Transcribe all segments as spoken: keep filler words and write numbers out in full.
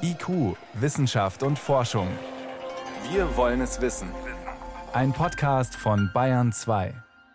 I Q, Wissenschaft und Forschung. Wir wollen es wissen. Ein Podcast von Bayern zwei.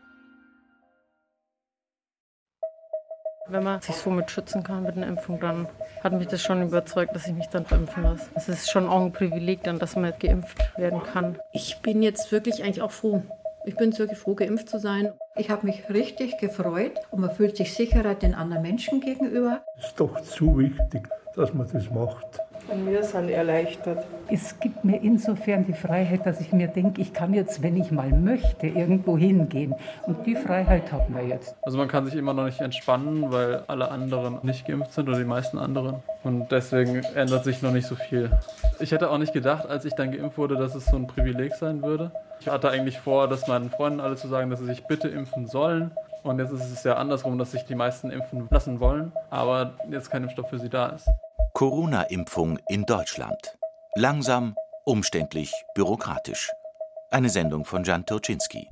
Wenn man sich so mit schützen kann mit einer Impfung, dann hat mich das schon überzeugt, dass ich mich dann verimpfen lasse. Es ist schon auch ein Privileg, dann, dass man geimpft werden kann. Ich bin jetzt wirklich eigentlich auch froh. Ich bin wirklich froh, geimpft zu sein. Ich habe mich richtig gefreut und man fühlt sich sicherer den anderen Menschen gegenüber. Es ist doch zu wichtig, dass man das macht. Und wir sind erleichtert. Es gibt mir insofern die Freiheit, dass ich mir denke, ich kann jetzt, wenn ich mal möchte, irgendwo hingehen. Und die Freiheit haben wir jetzt. Also man kann sich immer noch nicht entspannen, weil alle anderen nicht geimpft sind oder die meisten anderen. Und deswegen ändert sich noch nicht so viel. Ich hätte auch nicht gedacht, als ich dann geimpft wurde, dass es so ein Privileg sein würde. Ich hatte eigentlich vor, das meinen Freunden alle zu sagen, dass sie sich bitte impfen sollen. Und jetzt ist es ja andersrum, dass sich die meisten impfen lassen wollen, aber jetzt kein Impfstoff für sie da ist. Corona-Impfung in Deutschland. Langsam, umständlich, bürokratisch. Eine Sendung von Jan Turczynski.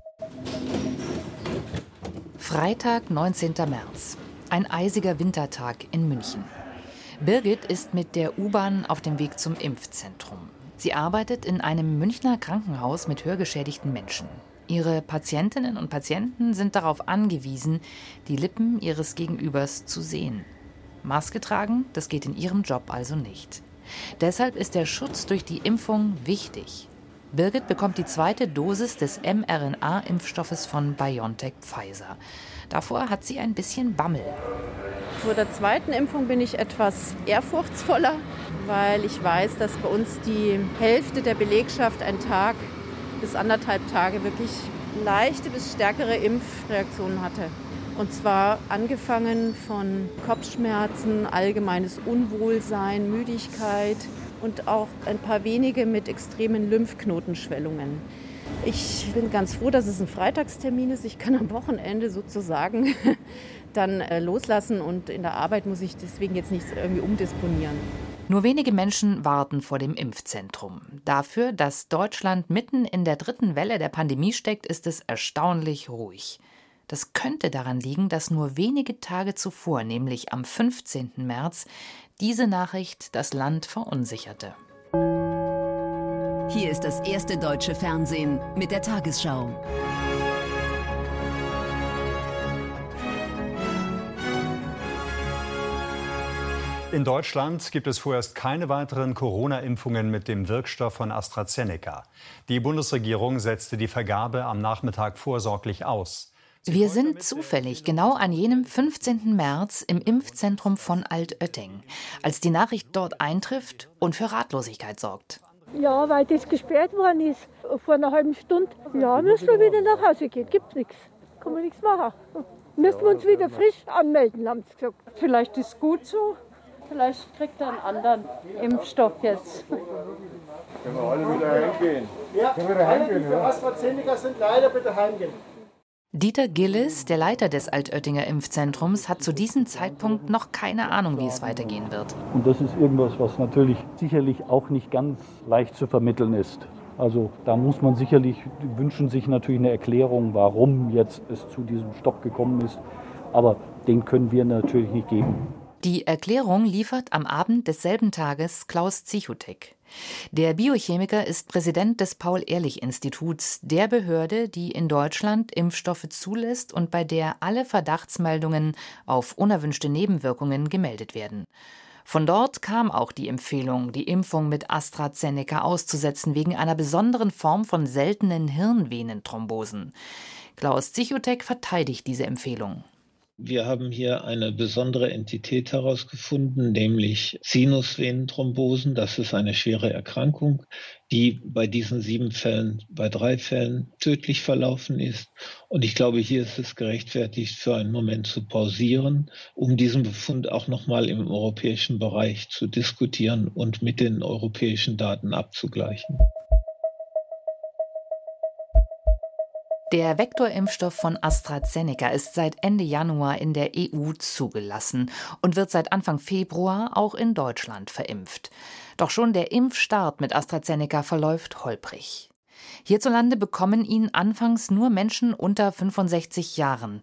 Freitag, neunzehnten März. Ein eisiger Wintertag in München. Birgit ist mit der U-Bahn auf dem Weg zum Impfzentrum. Sie arbeitet in einem Münchner Krankenhaus mit hörgeschädigten Menschen. Ihre Patientinnen und Patienten sind darauf angewiesen, die Lippen ihres Gegenübers zu sehen. Maske tragen, das geht in ihrem Job also nicht. Deshalb ist der Schutz durch die Impfung wichtig. Birgit bekommt die zweite Dosis des mRNA-Impfstoffes von BioNTech Pfizer. Davor hat sie ein bisschen Bammel. Vor der zweiten Impfung bin ich etwas ehrfurchtsvoller, weil ich weiß, dass bei uns die Hälfte der Belegschaft einen Tag bis anderthalb Tage wirklich leichte bis stärkere Impfreaktionen hatte. Und zwar angefangen von Kopfschmerzen, allgemeines Unwohlsein, Müdigkeit und auch ein paar wenige mit extremen Lymphknotenschwellungen. Ich bin ganz froh, dass es ein Freitagstermin ist. Ich kann am Wochenende sozusagen dann äh, loslassen und in der Arbeit muss ich deswegen jetzt nichts irgendwie umdisponieren. Nur wenige Menschen warten vor dem Impfzentrum. Dafür, dass Deutschland mitten in der dritten Welle der Pandemie steckt, ist es erstaunlich ruhig. Das könnte daran liegen, dass nur wenige Tage zuvor, nämlich am fünfzehnten März, diese Nachricht das Land verunsicherte. Hier ist das erste deutsche Fernsehen mit der Tagesschau. In Deutschland gibt es vorerst keine weiteren Corona-Impfungen mit dem Wirkstoff von AstraZeneca. Die Bundesregierung setzte die Vergabe am Nachmittag vorsorglich aus. Wir sind zufällig genau an jenem fünfzehnten März im Impfzentrum von Altötting, als die Nachricht dort eintrifft und für Ratlosigkeit sorgt. Ja, weil das gesperrt worden ist vor einer halben Stunde. Ja, müssen wir wieder nach Hause gehen, gibt's nichts. Kann man nichts machen. Müssen wir uns wieder frisch anmelden, haben sie gesagt. Vielleicht ist es gut so. Vielleicht kriegt er einen anderen Impfstoff jetzt. Können wir alle wieder heimgehen? Ja, können wir wieder heimgehen, alle, die für AstraZeneca sind, leider bitte heimgehen. Dieter Gillis, der Leiter des Altöttinger Impfzentrums, hat zu diesem Zeitpunkt noch keine Ahnung, wie es weitergehen wird. Und das ist irgendwas, was natürlich sicherlich auch nicht ganz leicht zu vermitteln ist. Also da muss man sicherlich, die wünschen sich natürlich eine Erklärung, warum jetzt es zu diesem Stopp gekommen ist. Aber den können wir natürlich nicht geben. Die Erklärung liefert am Abend desselben Tages Klaus Zichutek. Der Biochemiker ist Präsident des Paul-Ehrlich-Instituts, der Behörde, die in Deutschland Impfstoffe zulässt und bei der alle Verdachtsmeldungen auf unerwünschte Nebenwirkungen gemeldet werden. Von dort kam auch die Empfehlung, die Impfung mit AstraZeneca auszusetzen, wegen einer besonderen Form von seltenen Hirnvenenthrombosen. Klaus Zichutek verteidigt diese Empfehlung. Wir haben hier eine besondere Entität herausgefunden, nämlich Sinusvenenthrombosen. Das ist eine schwere Erkrankung, die bei diesen sieben Fällen, bei drei Fällen tödlich verlaufen ist. Und ich glaube, hier ist es gerechtfertigt, für einen Moment zu pausieren, um diesen Befund auch nochmal im europäischen Bereich zu diskutieren und mit den europäischen Daten abzugleichen. Der Vektorimpfstoff von AstraZeneca ist seit Ende Januar in der E U zugelassen und wird seit Anfang Februar auch in Deutschland verimpft. Doch schon der Impfstart mit AstraZeneca verläuft holprig. Hierzulande bekommen ihn anfangs nur Menschen unter fünfundsechzig Jahren.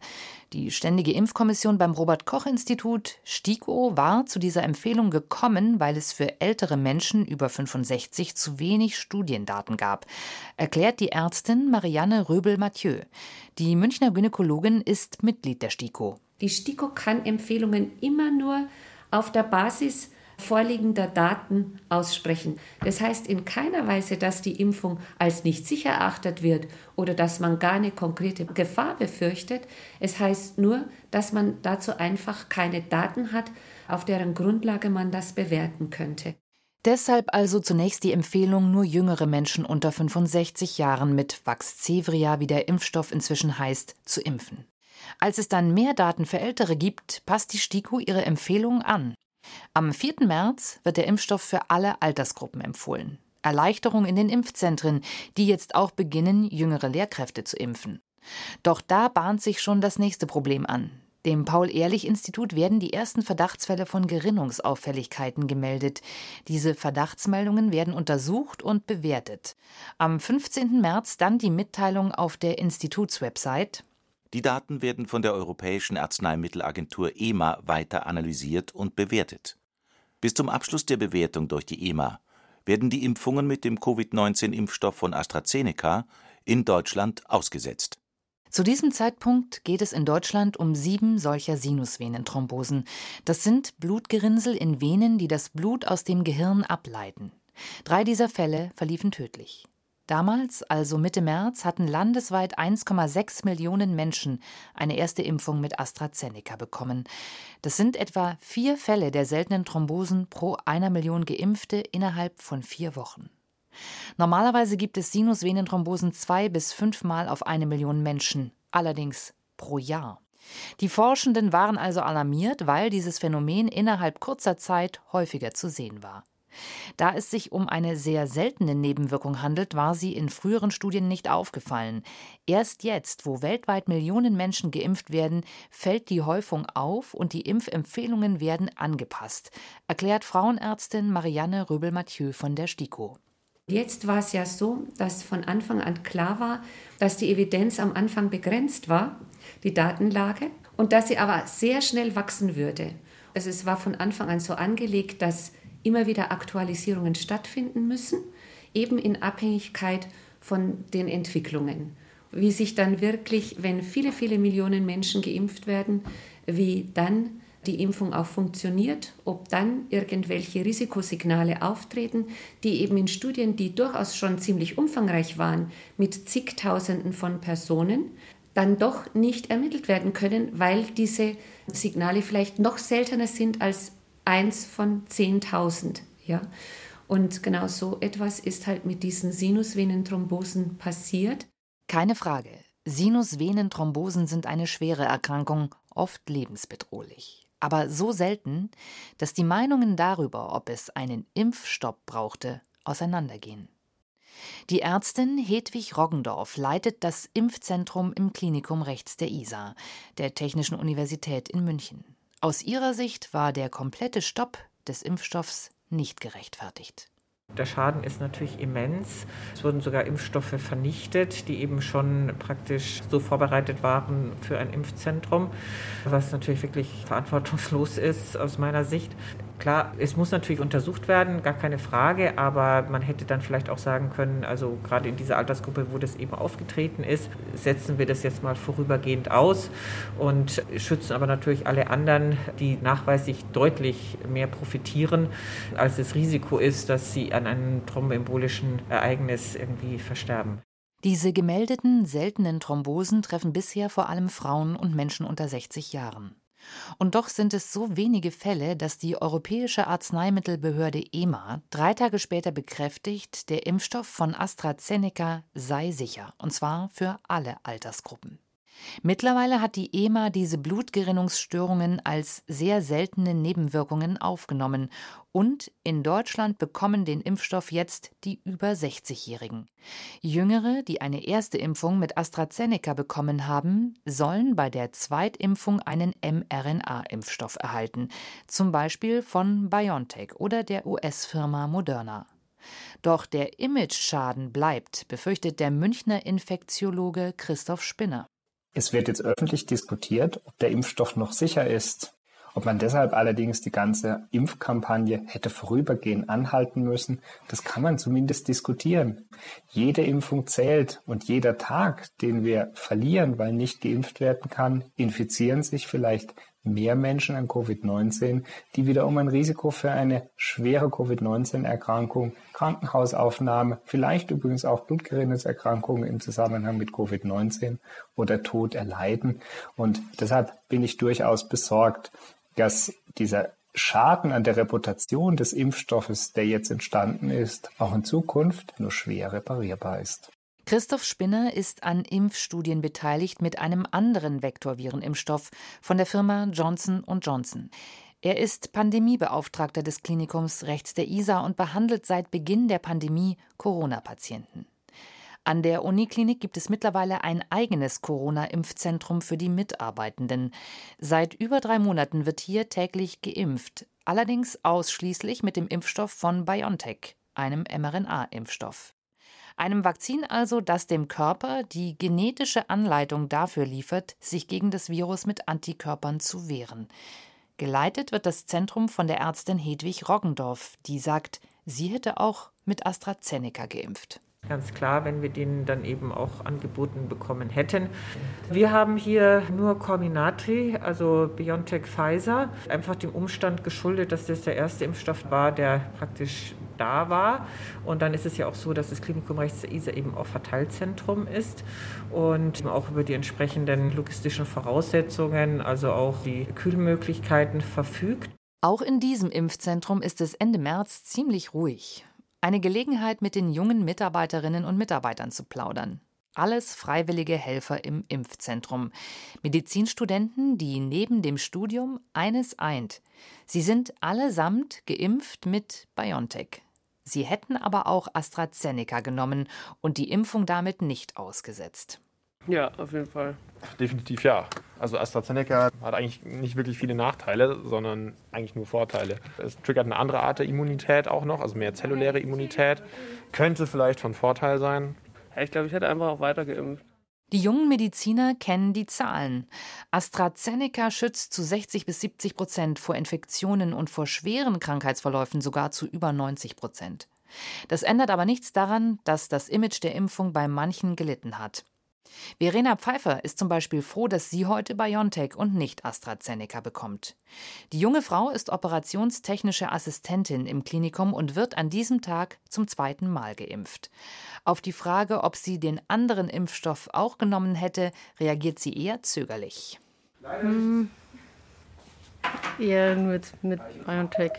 Die Ständige Impfkommission beim Robert-Koch-Institut STIKO war zu dieser Empfehlung gekommen, weil es für ältere Menschen über fünfundsechzig zu wenig Studiendaten gab, erklärt die Ärztin Marianne Röbel-Mathieu. Die Münchner Gynäkologin ist Mitglied der STIKO. Die STIKO kann Empfehlungen immer nur auf der Basis vorliegender Daten aussprechen. Das heißt in keiner Weise, dass die Impfung als nicht sicher erachtet wird oder dass man gar eine konkrete Gefahr befürchtet. Es heißt nur, dass man dazu einfach keine Daten hat, auf deren Grundlage man das bewerten könnte. Deshalb also zunächst die Empfehlung, nur jüngere Menschen unter fünfundsechzig Jahren mit Vaxzevria, wie der Impfstoff inzwischen heißt, zu impfen. Als es dann mehr Daten für Ältere gibt, passt die STIKO ihre Empfehlung an. Am vierten März wird der Impfstoff für alle Altersgruppen empfohlen. Erleichterung in den Impfzentren, die jetzt auch beginnen, jüngere Lehrkräfte zu impfen. Doch da bahnt sich schon das nächste Problem an. Dem Paul-Ehrlich-Institut werden die ersten Verdachtsfälle von Gerinnungsauffälligkeiten gemeldet. Diese Verdachtsmeldungen werden untersucht und bewertet. Am fünfzehnten März dann die Mitteilung auf der Institutswebsite. Die Daten werden von der Europäischen Arzneimittelagentur E M A weiter analysiert und bewertet. Bis zum Abschluss der Bewertung durch die E M A werden die Impfungen mit dem Covid neunzehn Impfstoff von AstraZeneca in Deutschland ausgesetzt. Zu diesem Zeitpunkt geht es in Deutschland um sieben solcher Sinusvenenthrombosen. Das sind Blutgerinnsel in Venen, die das Blut aus dem Gehirn ableiten. Drei dieser Fälle verliefen tödlich. Damals, also Mitte März, hatten landesweit eins Komma sechs Millionen Menschen eine erste Impfung mit AstraZeneca bekommen. Das sind etwa vier Fälle der seltenen Thrombosen pro einer Million Geimpfte innerhalb von vier Wochen. Normalerweise gibt es Sinusvenenthrombosen zwei bis fünfmal auf eine Million Menschen, allerdings pro Jahr. Die Forschenden waren also alarmiert, weil dieses Phänomen innerhalb kurzer Zeit häufiger zu sehen war. Da es sich um eine sehr seltene Nebenwirkung handelt, war sie in früheren Studien nicht aufgefallen. Erst jetzt, wo weltweit Millionen Menschen geimpft werden, fällt die Häufung auf und die Impfempfehlungen werden angepasst, erklärt Frauenärztin Marianne Röbel-Mathieu von der STIKO. Jetzt war es ja so, dass von Anfang an klar war, dass die Evidenz am Anfang begrenzt war, die Datenlage, und dass sie aber sehr schnell wachsen würde. Also es war von Anfang an so angelegt, dass immer wieder Aktualisierungen stattfinden müssen, eben in Abhängigkeit von den Entwicklungen. Wie sich dann wirklich, wenn viele, viele Millionen Menschen geimpft werden, wie dann die Impfung auch funktioniert, ob dann irgendwelche Risikosignale auftreten, die eben in Studien, die durchaus schon ziemlich umfangreich waren, mit zigtausenden von Personen, dann doch nicht ermittelt werden können, weil diese Signale vielleicht noch seltener sind als eins von zehntausend. Ja? Und genau so etwas ist halt mit diesen Sinusvenenthrombosen passiert. Keine Frage, Sinusvenenthrombosen sind eine schwere Erkrankung, oft lebensbedrohlich. Aber so selten, dass die Meinungen darüber, ob es einen Impfstopp brauchte, auseinandergehen. Die Ärztin Hedwig Roggendorf leitet das Impfzentrum im Klinikum rechts der Isar, der Technischen Universität in München. Aus ihrer Sicht war der komplette Stopp des Impfstoffs nicht gerechtfertigt. Der Schaden ist natürlich immens. Es wurden sogar Impfstoffe vernichtet, die eben schon praktisch so vorbereitet waren für ein Impfzentrum, was natürlich wirklich verantwortungslos ist aus meiner Sicht. Klar, es muss natürlich untersucht werden, gar keine Frage, aber man hätte dann vielleicht auch sagen können, also gerade in dieser Altersgruppe, wo das eben aufgetreten ist, setzen wir das jetzt mal vorübergehend aus und schützen aber natürlich alle anderen, die nachweislich deutlich mehr profitieren, als das Risiko ist, dass sie an einem thromboembolischen Ereignis irgendwie versterben. Diese gemeldeten seltenen Thrombosen treffen bisher vor allem Frauen und Menschen unter sechzig Jahren. Und doch sind es so wenige Fälle, dass die Europäische Arzneimittelbehörde E M A drei Tage später bekräftigt, der Impfstoff von AstraZeneca sei sicher, und zwar für alle Altersgruppen. Mittlerweile hat die E M A diese Blutgerinnungsstörungen als sehr seltene Nebenwirkungen aufgenommen und in Deutschland bekommen den Impfstoff jetzt die über sechzigjährigen. Jüngere, die eine erste Impfung mit AstraZeneca bekommen haben, sollen bei der Zweitimpfung einen mRNA-Impfstoff erhalten, zum Beispiel von BioNTech oder der U S-Firma Moderna. Doch der Imageschaden bleibt, befürchtet der Münchner Infektiologe Christoph Spinner. Es wird jetzt öffentlich diskutiert, ob der Impfstoff noch sicher ist. Ob man deshalb allerdings die ganze Impfkampagne hätte vorübergehend anhalten müssen, das kann man zumindest diskutieren. Jede Impfung zählt und jeder Tag, den wir verlieren, weil nicht geimpft werden kann, infizieren sich vielleicht mehr Menschen an Covid neunzehn, die wiederum ein Risiko für eine schwere Covid neunzehn Erkrankung, Krankenhausaufnahme, vielleicht übrigens auch Blutgerinnungserkrankungen im Zusammenhang mit Covid neunzehn oder Tod erleiden. Und deshalb bin ich durchaus besorgt, dass dieser Schaden an der Reputation des Impfstoffes, der jetzt entstanden ist, auch in Zukunft nur schwer reparierbar ist. Christoph Spinner ist an Impfstudien beteiligt mit einem anderen Vektorvirenimpfstoff von der Firma Johnson und Johnson. Er ist Pandemiebeauftragter des Klinikums rechts der Isar und behandelt seit Beginn der Pandemie Corona-Patienten. An der Uniklinik gibt es mittlerweile ein eigenes Corona-Impfzentrum für die Mitarbeitenden. Seit über drei Monaten wird hier täglich geimpft, allerdings ausschließlich mit dem Impfstoff von BioNTech, einem mRNA-Impfstoff. Einem Vakzin also, das dem Körper die genetische Anleitung dafür liefert, sich gegen das Virus mit Antikörpern zu wehren. Geleitet wird das Zentrum von der Ärztin Hedwig Roggendorf, die sagt, sie hätte auch mit AstraZeneca geimpft. Ganz klar, wenn wir den dann eben auch angeboten bekommen hätten. Wir haben hier nur Comirnaty, also BioNTech Pfizer, einfach dem Umstand geschuldet, dass das der erste Impfstoff war, der praktisch da war. Und dann ist es ja auch so, dass das Klinikum rechts der Isar eben auch Verteilzentrum ist und auch über die entsprechenden logistischen Voraussetzungen, also auch die Kühlmöglichkeiten verfügt. Auch in diesem Impfzentrum ist es Ende März ziemlich ruhig. Eine Gelegenheit, mit den jungen Mitarbeiterinnen und Mitarbeitern zu plaudern. Alles freiwillige Helfer im Impfzentrum. Medizinstudenten, die neben dem Studium eines eint. Sie sind allesamt geimpft mit BioNTech. Sie hätten aber auch AstraZeneca genommen und die Impfung damit nicht ausgesetzt. Ja, auf jeden Fall. Definitiv ja. Also AstraZeneca hat eigentlich nicht wirklich viele Nachteile, sondern eigentlich nur Vorteile. Es triggert eine andere Art der Immunität auch noch, also mehr zelluläre Immunität. Könnte vielleicht von Vorteil sein. Ja, ich glaube, ich hätte einfach auch weiter geimpft. Die jungen Mediziner kennen die Zahlen. AstraZeneca schützt zu sechzig bis siebzig Prozent vor Infektionen und vor schweren Krankheitsverläufen sogar zu über neunzig Prozent. Das ändert aber nichts daran, dass das Image der Impfung bei manchen gelitten hat. Verena Pfeiffer ist zum Beispiel froh, dass sie heute BioNTech und nicht AstraZeneca bekommt. Die junge Frau ist operationstechnische Assistentin im Klinikum und wird an diesem Tag zum zweiten Mal geimpft. Auf die Frage, ob sie den anderen Impfstoff auch genommen hätte, reagiert sie eher zögerlich. Hm. Eher nur jetzt mit BioNTech.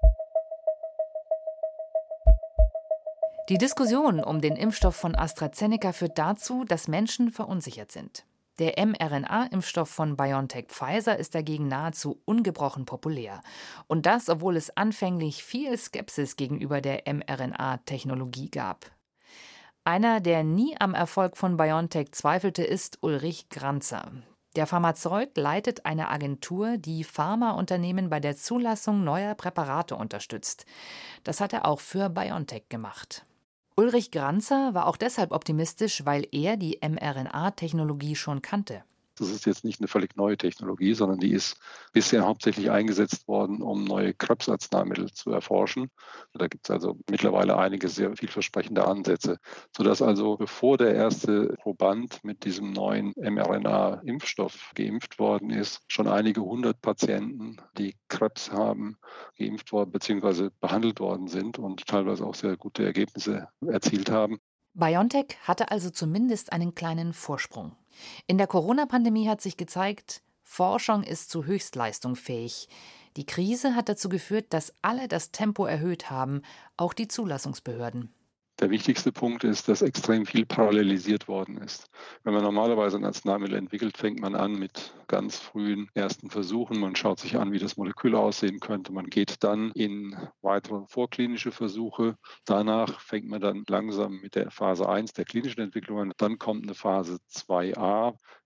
Die Diskussion um den Impfstoff von AstraZeneca führt dazu, dass Menschen verunsichert sind. Der mRNA-Impfstoff von BioNTech Pfizer ist dagegen nahezu ungebrochen populär. Und das, obwohl es anfänglich viel Skepsis gegenüber der mRNA-Technologie gab. Einer, der nie am Erfolg von BioNTech zweifelte, ist Ulrich Granzer. Der Pharmazeut leitet eine Agentur, die Pharmaunternehmen bei der Zulassung neuer Präparate unterstützt. Das hat er auch für BioNTech gemacht. Ulrich Granzer war auch deshalb optimistisch, weil er die mRNA-Technologie schon kannte. Das ist jetzt nicht eine völlig neue Technologie, sondern die ist bisher hauptsächlich eingesetzt worden, um neue Krebsarzneimittel zu erforschen. Da gibt es also mittlerweile einige sehr vielversprechende Ansätze, sodass also bevor der erste Proband mit diesem neuen mRNA-Impfstoff geimpft worden ist, schon einige hundert Patienten, die Krebs haben, geimpft worden bzw. behandelt worden sind und teilweise auch sehr gute Ergebnisse erzielt haben. BioNTech hatte also zumindest einen kleinen Vorsprung. In der Corona-Pandemie hat sich gezeigt, Forschung ist zu Höchstleistung fähig. Die Krise hat dazu geführt, dass alle das Tempo erhöht haben, auch die Zulassungsbehörden. Der wichtigste Punkt ist, dass extrem viel parallelisiert worden ist. Wenn man normalerweise ein Arzneimittel entwickelt, fängt man an mit ganz frühen ersten Versuchen. Man schaut sich an, wie das Molekül aussehen könnte. Man geht dann in weitere vorklinische Versuche. Danach fängt man dann langsam mit der Phase eins der klinischen Entwicklung an. Dann kommt eine Phase zwei a,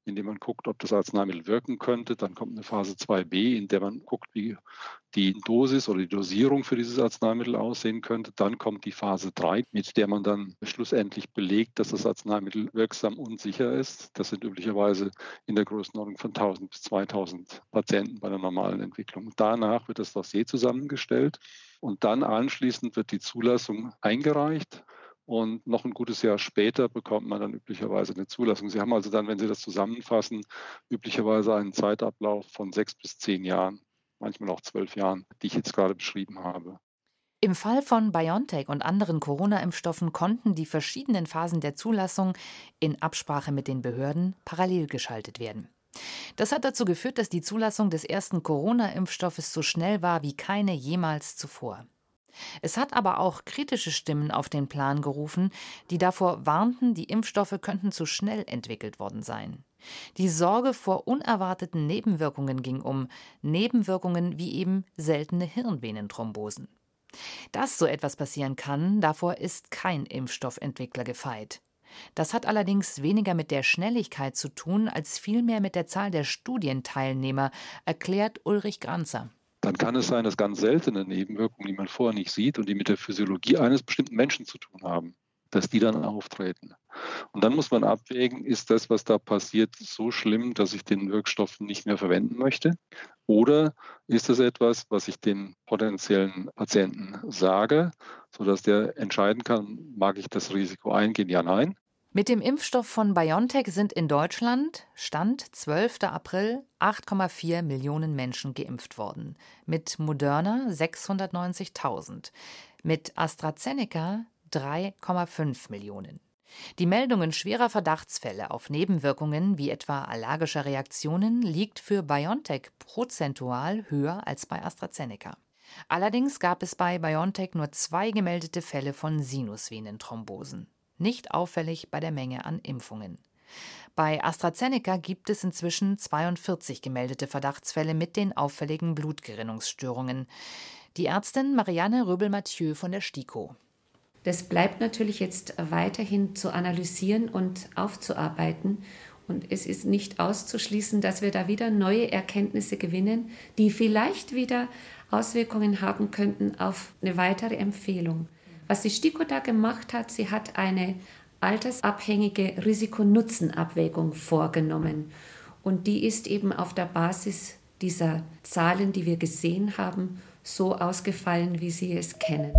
in dem man guckt, ob das Arzneimittel wirken könnte. Dann kommt eine Phase zwei b, in der man guckt, wie die Dosis oder die Dosierung für dieses Arzneimittel aussehen könnte. Dann kommt die Phase drei, mit der man dann schlussendlich belegt, dass das Arzneimittel wirksam und sicher ist. Das sind üblicherweise in der Größenordnung von tausend bis zweitausend Patienten bei der normalen Entwicklung. Danach wird das Dossier zusammengestellt und dann anschließend wird die Zulassung eingereicht. Und noch ein gutes Jahr später bekommt man dann üblicherweise eine Zulassung. Sie haben also dann, wenn Sie das zusammenfassen, üblicherweise einen Zeitablauf von sechs bis zehn Jahren, manchmal auch zwölf Jahren, die ich jetzt gerade beschrieben habe. Im Fall von BioNTech und anderen Corona-Impfstoffen konnten die verschiedenen Phasen der Zulassung in Absprache mit den Behörden parallel geschaltet werden. Das hat dazu geführt, dass die Zulassung des ersten Corona-Impfstoffes so schnell war wie keine jemals zuvor. Es hat aber auch kritische Stimmen auf den Plan gerufen, die davor warnten, die Impfstoffe könnten zu schnell entwickelt worden sein. Die Sorge vor unerwarteten Nebenwirkungen ging um, Nebenwirkungen wie eben seltene Hirnvenenthrombosen. Dass so etwas passieren kann, davor ist kein Impfstoffentwickler gefeit. Das hat allerdings weniger mit der Schnelligkeit zu tun, als vielmehr mit der Zahl der Studienteilnehmer, erklärt Ulrich Granzer. Dann kann es sein, dass ganz seltene Nebenwirkungen, die man vorher nicht sieht und die mit der Physiologie eines bestimmten Menschen zu tun haben, dass die dann auftreten. Und dann muss man abwägen, ist das, was da passiert, so schlimm, dass ich den Wirkstoff nicht mehr verwenden möchte? Oder ist das etwas, was ich den potenziellen Patienten sage, sodass der entscheiden kann, mag ich das Risiko eingehen, ja, nein? Mit dem Impfstoff von BioNTech sind in Deutschland, Stand zwölfter April, acht Komma vier Millionen Menschen geimpft worden. Mit Moderna sechshundertneunzigtausend. Mit AstraZeneca drei Komma fünf Millionen. Die Meldungen schwerer Verdachtsfälle auf Nebenwirkungen wie etwa allergischer Reaktionen liegt für BioNTech prozentual höher als bei AstraZeneca. Allerdings gab es bei BioNTech nur zwei gemeldete Fälle von Sinusvenenthrombosen. Nicht auffällig bei der Menge an Impfungen. Bei AstraZeneca gibt es inzwischen zweiundvierzig gemeldete Verdachtsfälle mit den auffälligen Blutgerinnungsstörungen. Die Ärztin Marianne Röbel-Mathieu von der STIKO. Das bleibt natürlich jetzt weiterhin zu analysieren und aufzuarbeiten. Und es ist nicht auszuschließen, dass wir da wieder neue Erkenntnisse gewinnen, die vielleicht wieder Auswirkungen haben könnten auf eine weitere Empfehlung. Was die STIKO da gemacht hat, sie hat eine altersabhängige Risiko-Nutzen-Abwägung vorgenommen. Und die ist eben auf der Basis dieser Zahlen, die wir gesehen haben, so ausgefallen, wie Sie es kennen.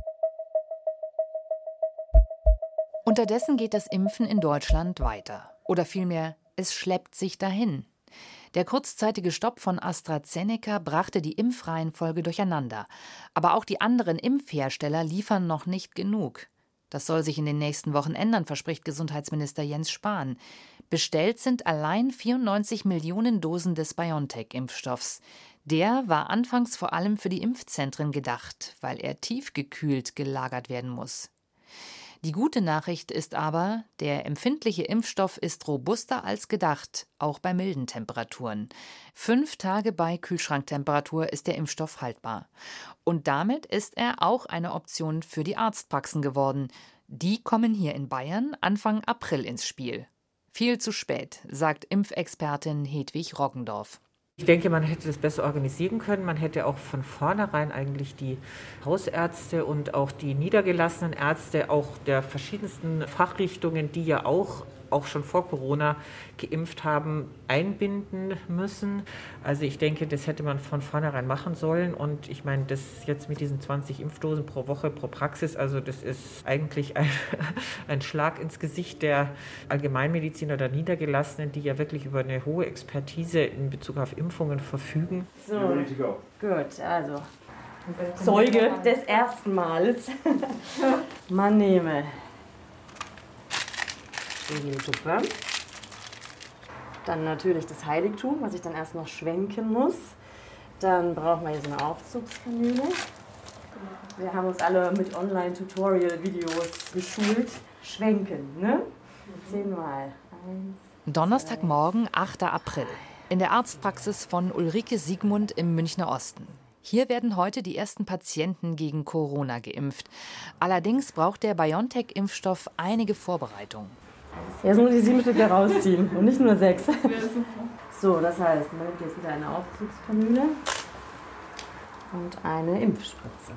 Unterdessen geht das Impfen in Deutschland weiter. Oder vielmehr, es schleppt sich dahin. Der kurzzeitige Stopp von AstraZeneca brachte die Impfreihenfolge durcheinander. Aber auch die anderen Impfhersteller liefern noch nicht genug. Das soll sich in den nächsten Wochen ändern, verspricht Gesundheitsminister Jens Spahn. Bestellt sind allein vierundneunzig Millionen Dosen des BioNTech-Impfstoffs. Der war anfangs vor allem für die Impfzentren gedacht, weil er tiefgekühlt gelagert werden muss. Die gute Nachricht ist aber, der empfindliche Impfstoff ist robuster als gedacht, auch bei milden Temperaturen. Fünf Tage bei Kühlschranktemperatur ist der Impfstoff haltbar. Und damit ist er auch eine Option für die Arztpraxen geworden. Die kommen hier in Bayern Anfang April ins Spiel. Viel zu spät, sagt Impfexpertin Hedwig Roggendorf. Ich denke, man hätte das besser organisieren können. Man hätte auch von vornherein eigentlich die Hausärzte und auch die niedergelassenen Ärzte, auch der verschiedensten Fachrichtungen, die ja auch, auch schon vor Corona geimpft haben, einbinden müssen. Also ich denke, das hätte man von vornherein machen sollen. Und ich meine, das jetzt mit diesen zwanzig Impfdosen pro Woche, pro Praxis, also das ist eigentlich ein, ein Schlag ins Gesicht der Allgemeinmediziner oder Niedergelassenen, die ja wirklich über eine hohe Expertise in Bezug auf Impfungen verfügen. So, gut, also Zeuge des ersten Males. Man nehme die Suppe. Dann natürlich das Heiligtum, was ich dann erst noch schwenken muss. Dann brauchen wir hier so eine Aufzugskanüle. Wir haben uns alle mit Online-Tutorial-Videos geschult. Schwenken, ne? Zehnmal. Eins. Donnerstagmorgen, achter April. In der Arztpraxis von Ulrike Siegmund im Münchner Osten. Hier werden heute die ersten Patienten gegen Corona geimpft. Allerdings braucht der BioNTech-Impfstoff einige Vorbereitung. Jetzt muss ich sieben Stücke rausziehen und nicht nur sechs. Das wäre super. So, das heißt, man nimmt jetzt wieder eine Aufzugskanüle und eine Impfspritze.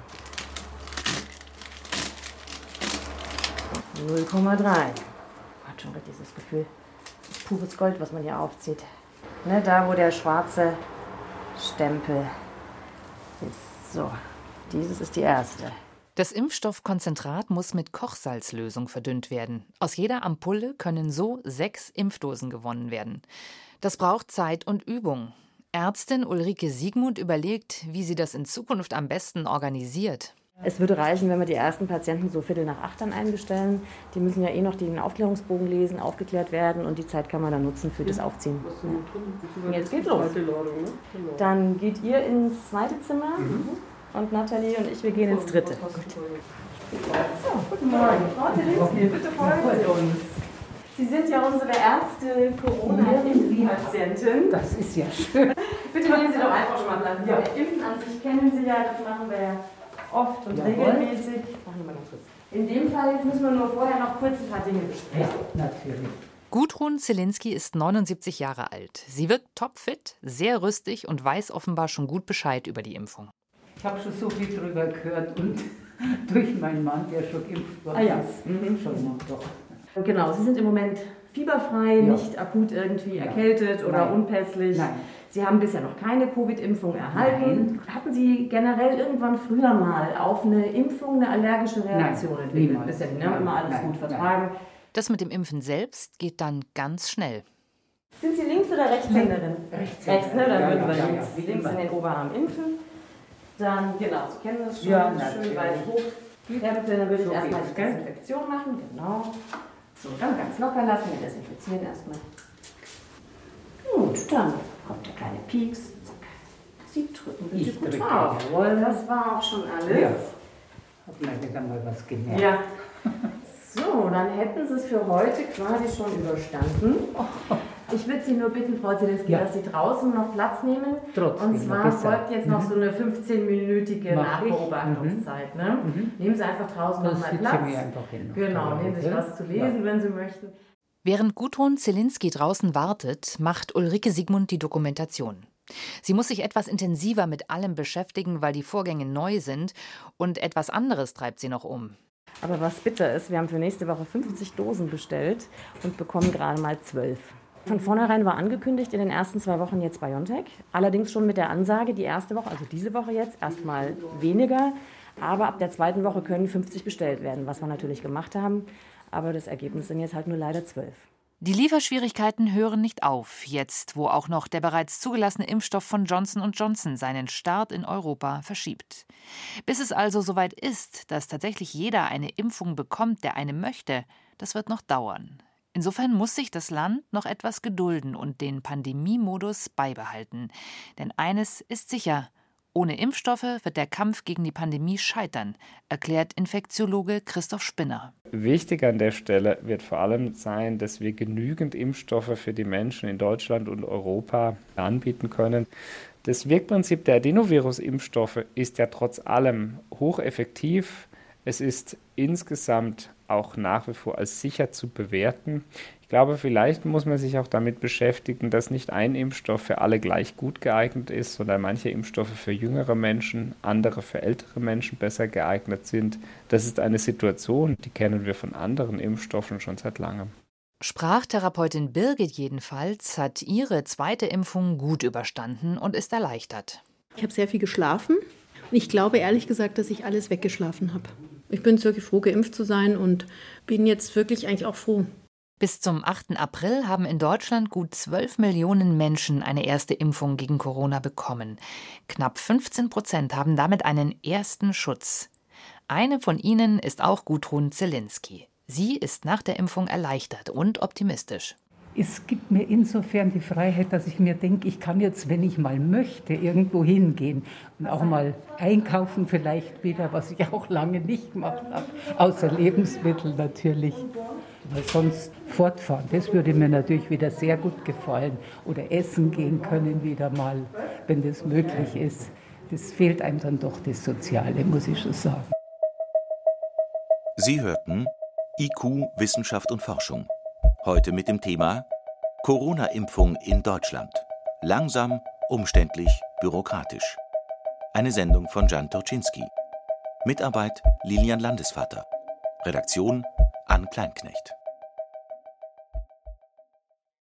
null Komma drei. Hat schon richtig das Gefühl, das ist pures Gold, was man hier aufzieht. Ne, da, wo der schwarze Stempel ist. So, dieses ist die erste. Das Impfstoffkonzentrat muss mit Kochsalzlösung verdünnt werden. Aus jeder Ampulle können so sechs Impfdosen gewonnen werden. Das braucht Zeit und Übung. Ärztin Ulrike Siegmund überlegt, wie sie das in Zukunft am besten organisiert. Es würde reichen, wenn wir die ersten Patienten so Viertel nach acht dann einbestellen. Die müssen ja eh noch den Aufklärungsbogen lesen, aufgeklärt werden und die Zeit kann man dann nutzen für das Aufziehen. Ja. Jetzt geht's los. Dann geht ihr ins zweite Zimmer mhm. und Nathalie und ich, wir gehen ins dritte. Gut. So, guten Morgen. Frau Zielinski, bitte folgen Sie uns. Sie sind ja unsere erste Corona-Impfpatientin. Das ist ja schön. Bitte nehmen Sie doch einfach schon mal Platz. Ja. Impfen an sich kennen Sie ja, das machen wir ja oft und Jawohl. regelmäßig. Machen wir mal ganz kurz. In dem Fall jetzt müssen wir nur vorher noch kurz ein paar Dinge besprechen. Ja, natürlich. Gudrun Zielinski ist neunundsiebzig Jahre alt. Sie wirkt topfit, sehr rüstig und weiß offenbar schon gut Bescheid über die Impfung. Ich habe schon so viel drüber gehört und durch meinen Mann, der schon geimpft worden ah, ja. ist. Mhm. Schon noch doch. Genau, Sie sind im Moment fieberfrei, ja. nicht akut irgendwie ja. erkältet oder Nein. unpässlich. Nein. Sie haben bisher noch keine Covid-Impfung erhalten. Nein. Hatten Sie generell irgendwann früher mal auf eine Impfung eine allergische Reaktion Nein. entwickelt? Bisher nicht, ne? Immer alles Nein. gut vertragen. Das mit dem Impfen selbst geht dann ganz schnell. Sind Sie Links- oder Rechtshänderin? Rechtshänderin. Rechts, ne? Dann ja, würden ja, wir ja, links, ja, links in den Oberarm impfen. Dann, genau, Sie kennen das schon, ja, schön weit hochkrempeln. Dann würde ich so erstmal die Desinfektion machen, genau. So, dann ganz locker lassen, wir desinfizieren erstmal. Gut, dann kommt der kleine Pieks. Zack. Sie drücken bitte ich gut drücke, drauf. Jawohl, das war auch schon alles. Ja. Hat man wieder mal was gemerkt. Ja. So, dann hätten Sie es für heute quasi schon überstanden. Ich würde Sie nur bitten, Frau Zielinski, ja. dass Sie draußen noch Platz nehmen. Trotzdem, und zwar folgt jetzt noch mhm. so eine fünfzehnminütige Nachbeobachtungszeit. Ne? Mhm. Nehmen Sie einfach draußen noch mal Platz. Mir einfach hin. Genau, nehmen Sie sich was zu lesen, ja. wenn Sie möchten. Während Gudrun Zielinski draußen wartet, macht Ulrike Siegmund die Dokumentation. Sie muss sich etwas intensiver mit allem beschäftigen, weil die Vorgänge neu sind. Und etwas anderes treibt sie noch um. Aber was bitter ist, wir haben für nächste Woche fünfzig Dosen bestellt und bekommen gerade mal zwölf. Von vornherein war angekündigt, in den ersten zwei Wochen jetzt BioNTech. Allerdings schon mit der Ansage, die erste Woche, also diese Woche jetzt, erstmal weniger. Aber ab der zweiten Woche können fünfzig bestellt werden, was wir natürlich gemacht haben. Aber das Ergebnis sind jetzt halt nur leider zwölf. Die Lieferschwierigkeiten hören nicht auf, jetzt wo auch noch der bereits zugelassene Impfstoff von Johnson und Johnson seinen Start in Europa verschiebt. Bis es also soweit ist, dass tatsächlich jeder eine Impfung bekommt, der eine möchte, das wird noch dauern. Insofern muss sich das Land noch etwas gedulden und den Pandemiemodus beibehalten. Denn eines ist sicher: Ohne Impfstoffe wird der Kampf gegen die Pandemie scheitern, erklärt Infektiologe Christoph Spinner. Wichtig an der Stelle wird vor allem sein, dass wir genügend Impfstoffe für die Menschen in Deutschland und Europa anbieten können. Das Wirkprinzip der Adenovirus-Impfstoffe ist ja trotz allem hocheffektiv. Es ist insgesamt auch nach wie vor als sicher zu bewerten. Ich glaube, vielleicht muss man sich auch damit beschäftigen, dass nicht ein Impfstoff für alle gleich gut geeignet ist, sondern manche Impfstoffe für jüngere Menschen, andere für ältere Menschen besser geeignet sind. Das ist eine Situation, die kennen wir von anderen Impfstoffen schon seit langem. Sprachtherapeutin Birgit jedenfalls hat ihre zweite Impfung gut überstanden und ist erleichtert. Ich habe sehr viel geschlafen und ich glaube ehrlich gesagt, dass ich alles weggeschlafen habe. Ich bin wirklich froh, geimpft zu sein und bin jetzt wirklich eigentlich auch froh. Bis zum achten April haben in Deutschland gut zwölf Millionen Menschen eine erste Impfung gegen Corona bekommen. Knapp fünfzehn Prozent haben damit einen ersten Schutz. Eine von ihnen ist auch Gudrun Zielinski. Sie ist nach der Impfung erleichtert und optimistisch. Es gibt mir insofern die Freiheit, dass ich mir denke, ich kann jetzt, wenn ich mal möchte, irgendwo hingehen und auch mal einkaufen vielleicht wieder, was ich auch lange nicht gemacht habe, außer Lebensmittel natürlich. Weil sonst fortfahren, das würde mir natürlich wieder sehr gut gefallen. Oder essen gehen können wieder mal, wenn das möglich ist. Das fehlt einem dann doch, das Soziale, muss ich schon sagen. Sie hörten I Q, Wissenschaft und Forschung. Heute mit dem Thema Corona-Impfung in Deutschland. Langsam, umständlich, bürokratisch. Eine Sendung von Jan Turczynski. Mitarbeit Lilian Landesvater. Redaktion Ann Kleinknecht.